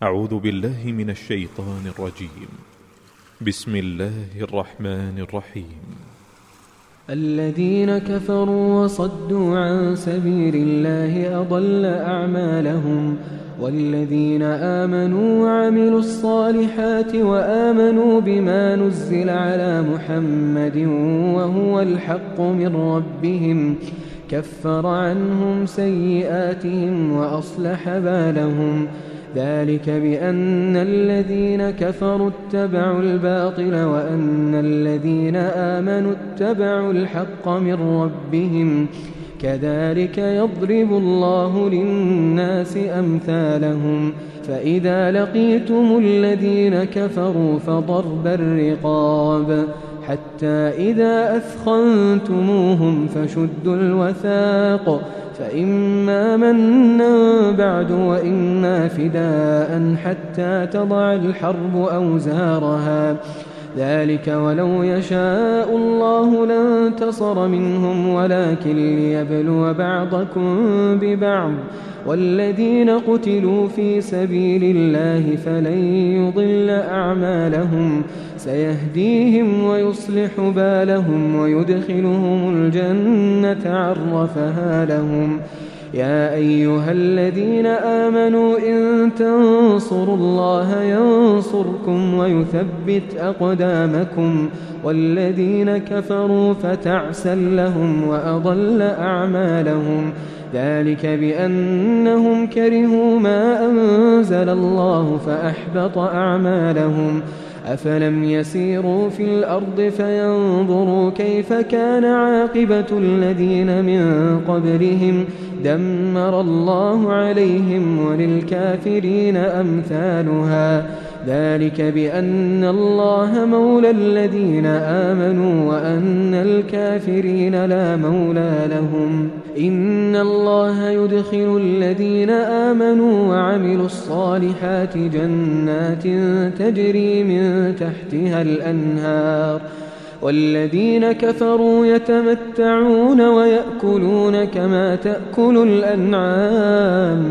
أعوذ بالله من الشيطان الرجيم. بسم الله الرحمن الرحيم. الذين كفروا وصدوا عن سبيل الله أضل أعمالهم، والذين آمنوا وعملوا الصالحات وآمنوا بما نزل على محمد وهو الحق من ربهم كفر عنهم سيئاتهم وأصلح بالهم. ذلك بأن الذين كفروا اتبعوا الباطل وأن الذين آمنوا اتبعوا الحق من ربهم. كذلك يضرب الله للناس أمثالهم. فإذا لقيتم الذين كفروا فضرب الرقاب حتى إذا أثخنتموهم فشدوا الوثاق، فإما منا بعد وإما فداء حتى تضع الحرب أوزارها. ذلك ولو يشاء الله لانتصر منهم ولكن ليبلو بعضكم ببعض. والذين قتلوا في سبيل الله فلن يضل أعمالهم، سيهديهم ويصلح بالهم ويدخلهم الجنة عرفها لهم. يا أيها الذين آمنوا إن تنصروا الله ينصركم ويثبت أقدامكم. والذين كفروا فتعسا لهم وأضل أعمالهم. ذلك بأنهم كرهوا ما أنزل الله فأحبط أعمالهم. أفلم يسيروا في الأرض فينظروا كيف كان عاقبة الذين من قبلهم دمر الله عليهم وللكافرين أمثالها. ذلك بأن الله مولى الذين آمنوا وأن الكافرين لا مولى لهم. إن الله يدخل الذين آمنوا وعملوا الصالحات جنات تجري من تحتها الأنهار، والذين كفروا يتمتعون ويأكلون كما تأكل الأنعام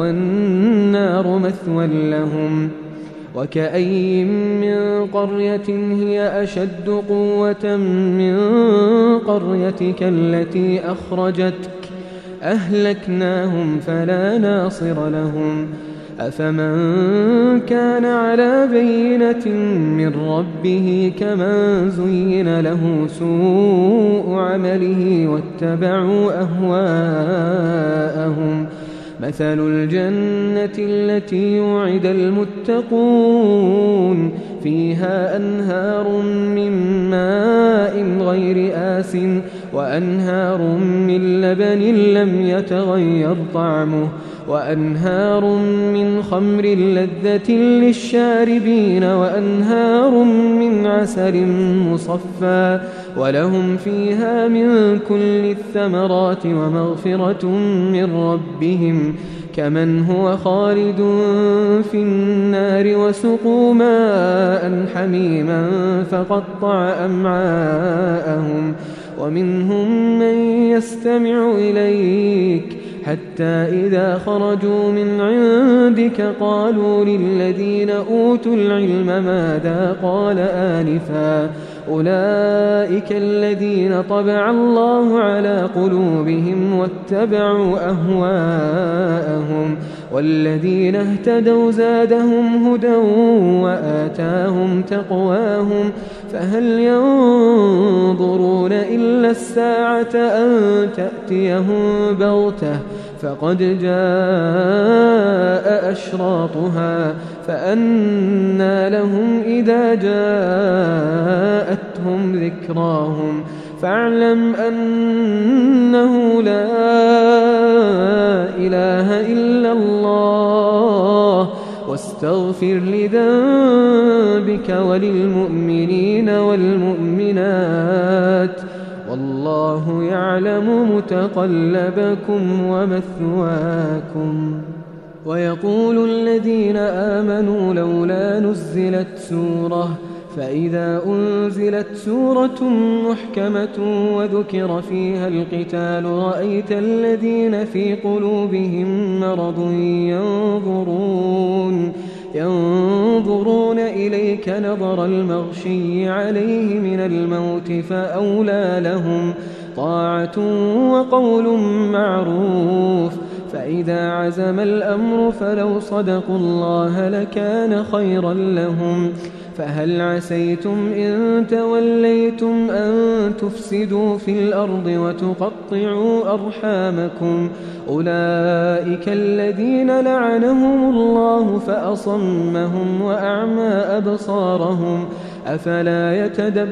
والنار مثوى لهم. وكأي من قرية هي أشد قوة من قريتك التي أخرجتك أهلكناهم فلا ناصر لهم. أفمن كان على بينة من ربه كمن زين له سوء عمله واتبعوا أهواءهم. مثل الجنة التي وعد المتقون فيها أنهار من ماء غير آسٍ وأنهار من لبن لم يتغير طعمه وأنهار من خمر لذة للشاربين وأنهار من عسل مصفى ولهم فيها من كل الثمرات ومغفرة من ربهم كمن هو خالد في النار وسقوا ماء حميما فقطع أمعاءهم. ومنهم من يستمع إليك حتى إذا خرجوا من عندك قالوا للذين أوتوا العلم ماذا قال آنفا أولئك الذين طبع الله على قلوبهم واتبعوا أهواءهم. والذين اهتدوا زادهم هدى وآتاهم تقواهم. فهل ينظرون إلا الساعة أن تأتيهم بغتة فقد جاء أشراطها فأنى لهم إذا جاءتهم ذكراهم. فاعلم أنه لا إله إلا الله واستغفر لذنبك وللمؤمنين والمؤمنات والله يعلم متقلبكم ومثواكم. ويقول الذين آمنوا لولا نزلت سورة فإذا أنزلت سورة محكمة وذكر فيها القتال رأيت الذين في قلوبهم مرض ينظرون إليك نظر المغشي عليه من الموت فأولى لهم طاعة وقول معروف فإذا عزم الأمر فلو صدقوا الله لكان خيرا لهم فهل عسيتم إن توليتم أن تفسدوا في الأرض وتقطعوا أرحامكم أولئك الذين لعنهم الله فأصمهم وأعمى أبصارهم أفلا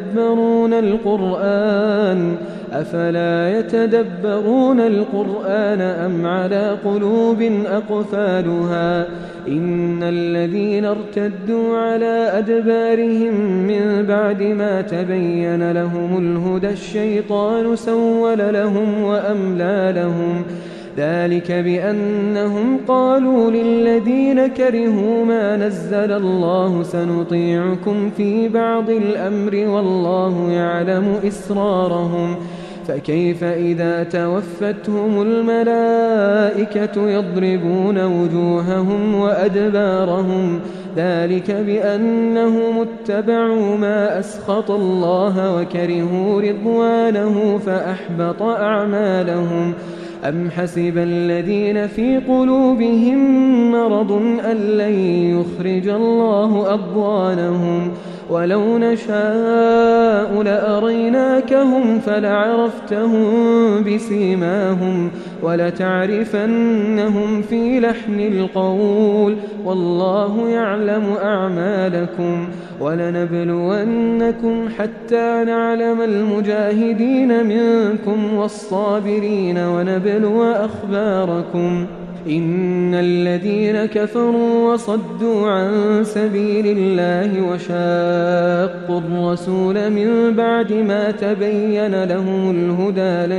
يتدبرون القرآن أم على قلوب أقفالها إن الذين ارتدوا على أدبارهم من بعد ما تبين لهم الهدى الشيطان سول لهم وأملى لهم ذلك بأنهم قالوا للذين كرهوا ما نزل الله سنطيعكم في بعض الأمر والله يعلم إسرارهم فكيف إذا توفتهم الملائكة يضربون وجوههم وأدبارهم ذلك بأنهم اتبعوا ما أسخط الله وكرهوا رضوانه فأحبط أعمالهم أم حسب الذين في قلوبهم مرض أن لن يخرج الله أضغانهم ولو نشاء لأريناكهم فلعرفتهم بسيماهم ولتعرفنهم في لحن القول والله يعلم أعمالكم ولنبلونكم حتى نعلم المجاهدين منكم والصابرين ونبلو أخباركم إن الذين كفروا وصدوا عن سبيل الله وشاقوا الرسول من بعد ما تبين لهم الهدى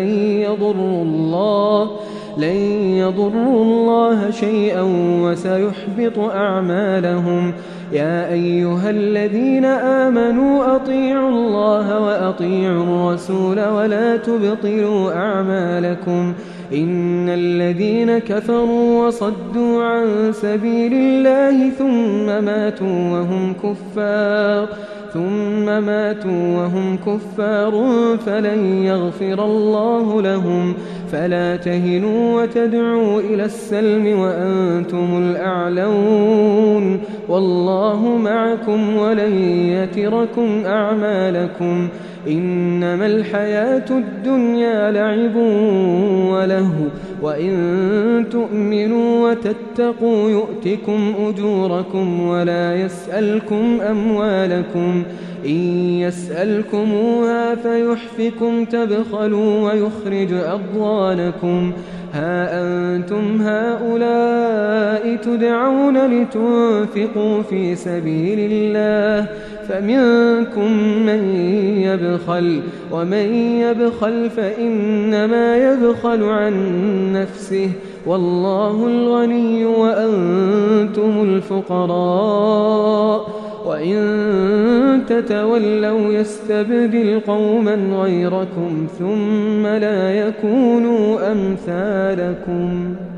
لن يضروا الله شيئا وسيحبط أعمالهم يا أيها الذين آمنوا أطيعوا الله وأطيعوا الرسول ولا تبطلوا أعمالكم إن الذين كفروا وصدوا عن سبيل الله ثم ماتوا وهم كفار فلن يغفر الله لهم فلا تهنوا وتدعوا إلى السلم وأنتم الأعلون والله معكم ولن يتركم أعمالكم إنما الحياة الدنيا لعب ولهو وإن تؤمنوا وتتقوا يؤتكم أجوركم ولا يسألكم أموالكم إن يسألكموها فيحفكم تبخلوا ويخرج أضغانكم ها أنتم هؤلاء تدعون لتنفقوا في سبيل الله فمنكم من يبخل ومن يبخل فإنما يبخل عن نفسه والله الغني وأنتم الفقراء وإن تتولوا يستبدل قوما غيركم ثم لا يكونوا أمثالكم